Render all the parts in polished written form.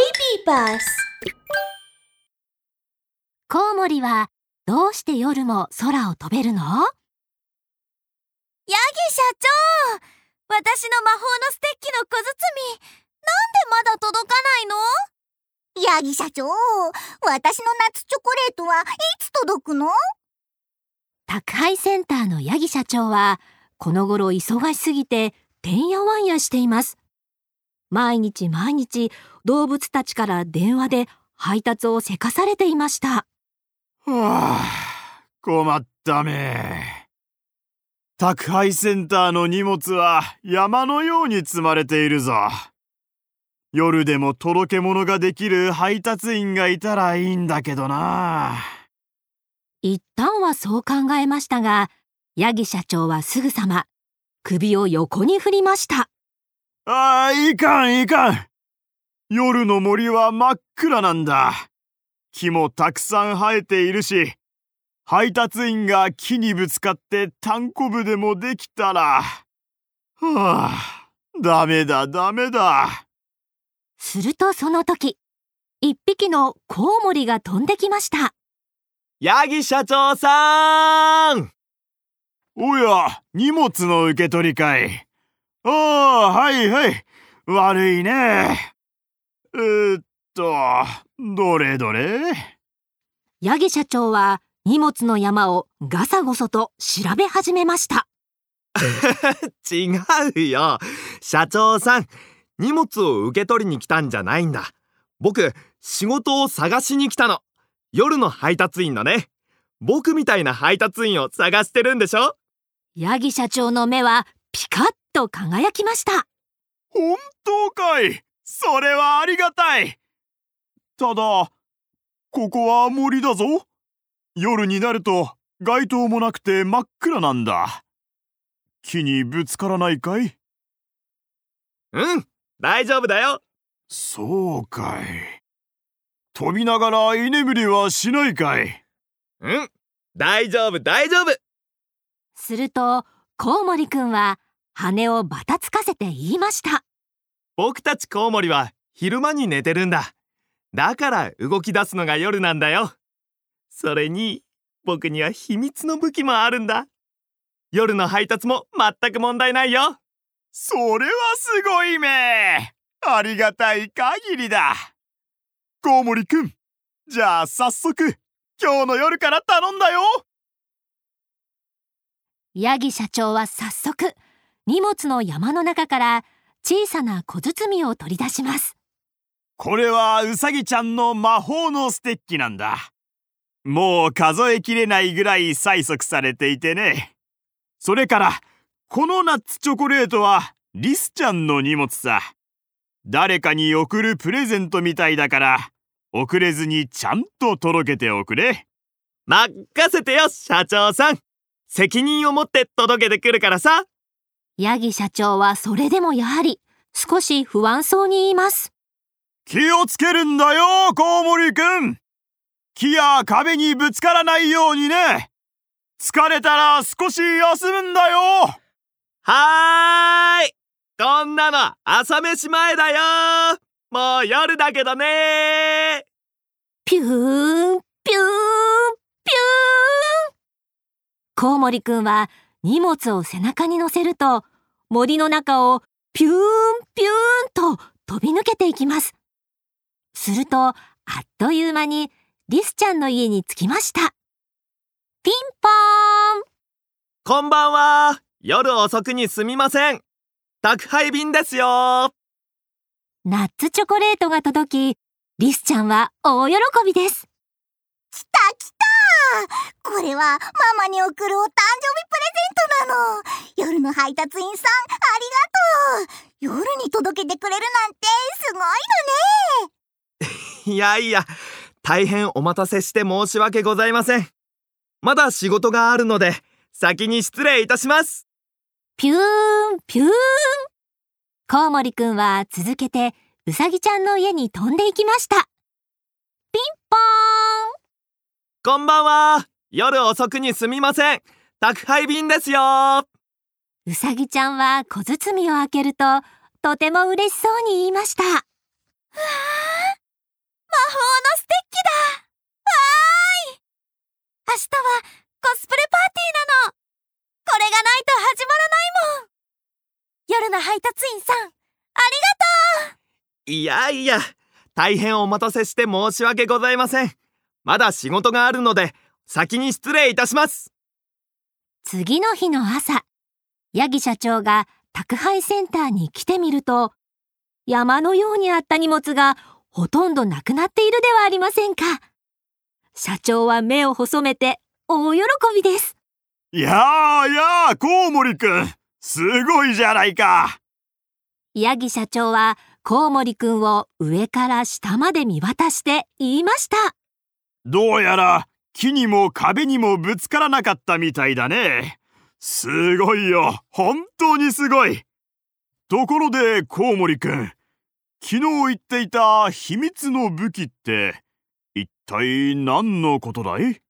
Baby Bus。 コウモリはどうして夜も空を飛べるの？ ヤギ社長、私の魔法のステッキの小包、なんでまだ届かないの？ ヤギ社長、私の夏チョコレートはいつ届くの？ 宅配センターのヤギ社長はこの頃忙しすぎててんやわんやしています。毎日動物たちから電話で配達をせかされていました。 困ったね。宅配センターの荷物は山のように積まれているぞ。夜でも届け物ができる配達員がいたらいいんだけどな。 一旦はそう考えましたが、ヤギ社長はすぐさま首を横に振りました。 いかん。夜の森は真っ暗なんだ。木もたくさん生えているし、配達員が木にぶつかって単行部でもできたら。ダメだ。 するとその時、一匹のコウモリが飛んできました。 ヤギ社長さん！ おや、荷物の受け取りかい。はい。悪いね。どれ。 ヤギ社長は荷物の山をガサゴソと調べ始めました。 違うよ。社長さん、荷物を受け取りに来たんじゃないんだ。僕、仕事を探しに来たの。夜の配達員のね。僕みたいな配達員を探してるんでしょ？ ヤギ社長の目はピカッと輝きました。 本当かい？それはありがたい。ただ、ここは森だぞ。夜になると街灯もなくて真っ暗なんだ。木にぶつからないかい？ うん、大丈夫だよ。 そうかい。飛びながら居眠りはしないかい？ うん、大丈夫。 するとコウモリくんは羽をバタつかせて言いました。 僕たちコウモリは昼間に寝てるんだ。だから動き出すのが夜なんだよ。それに僕には秘密の武器もあるんだ。夜の配達も全く問題ないよ。 それはすごいめ。ありがたい限りだ。コウモリくん、じゃあ早速今日の夜から頼んだよ。 ヤギ社長は早速荷物の山の中から小さな小包を取り出します。 これはウサギちゃんの魔法のステッキなんだ。もう数えきれないぐらい催促されていてね。それからこのナッツチョコレートはリスちゃんの荷物さ。誰かに送るプレゼントみたいだから、遅れずにちゃんと届けておくれ。 任せてよ、社長さん。責任を持って届けてくるからさ。 ヤギ社長はそれでもやはり少し不安そうに言います。 気をつけるんだよ、コウモリくん。木や壁にぶつからないようにね。疲れたら少し休むんだよ。 はーい。こんなの朝飯前だよ。もう夜だけどね。 ピューン。コウモリくんは荷物を背中に乗せると森の中をピューンと飛び抜けていきます。するとあっという間にリスちゃんの家に着きました。ピンポーン。 こんばんは。夜遅くにすみません。宅配便ですよ。 ナッツチョコレートが届き、リスちゃんは大喜びです。 来た。これはママに送るお誕生日プレゼントなの。夜の配達員さん、ありがとう。夜に届けてくれるなんてすごいのね。 いや、大変お待たせして申し訳ございません。まだ仕事があるので先に失礼いたします。 ピューン。コウモリくんは続けてウサギちゃんの家に飛んでいきました。ピンポーン。 こんばんは。夜遅くにすみません。宅配便ですよ。 ウサギちゃんは小包を開けるととても嬉しそうに言いました。 わー、 配達員さん、ありがとう。 いやいや、大変お待たせして申し訳ございません。まだ仕事があるので先に失礼いたします。 次の日の朝、八木社長が宅配センターに来てみると、山のようにあった荷物がほとんどなくなっているではありませんか。社長は目を細めて大喜びです。 コウモリくん、すごいじゃないか。 八木社長はコウモリくんを上から下まで見渡して言いました。 どうやら木にも壁にもぶつからなかったみたいだね。すごいよ、本当にすごい。ところでコウモリくん、昨日言っていた秘密の武器って一体何のことだい？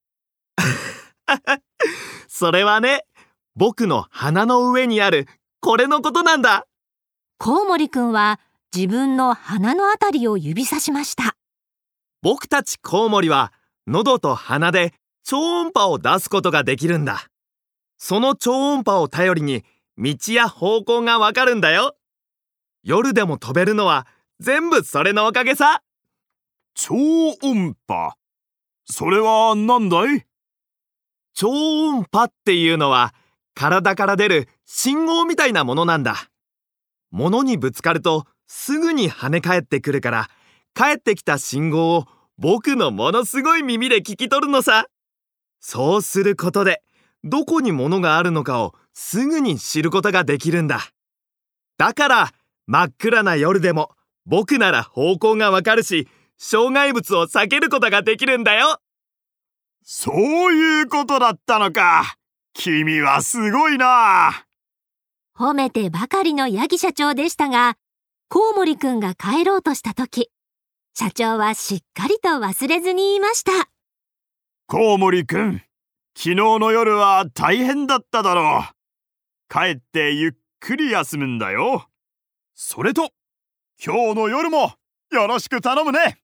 それはね、僕の鼻の上にあるこれのことなんだ。 コウモリくんは自分の鼻のあたりを指さしました。 僕たちコウモリは喉と鼻で超音波を出すことができるんだ。その超音波を頼りに道や方向がわかるんだよ。夜でも飛べるのは全部それのおかげさ。 超音波、それは何だい？ 超音波っていうのは体から出る信号みたいなものなんだ。物にぶつかるとすぐに跳ね返ってくるから、返ってきた信号を僕のものすごい耳で聞き取るのさ。そうすることでどこに物があるのかをすぐに知ることができるんだ。だから真っ暗な夜でも僕なら方向がわかるし、障害物を避けることができるんだよ。 そういうことだったのか。君はすごいな。 褒めてばかりの八木社長でしたが、コウモリくんが帰ろうとした時、社長はしっかりと忘れずに言いました。 コウモリくん、昨日の夜は大変だっただろう。帰ってゆっくり休むんだよ。それと、今日の夜もよろしく頼むね。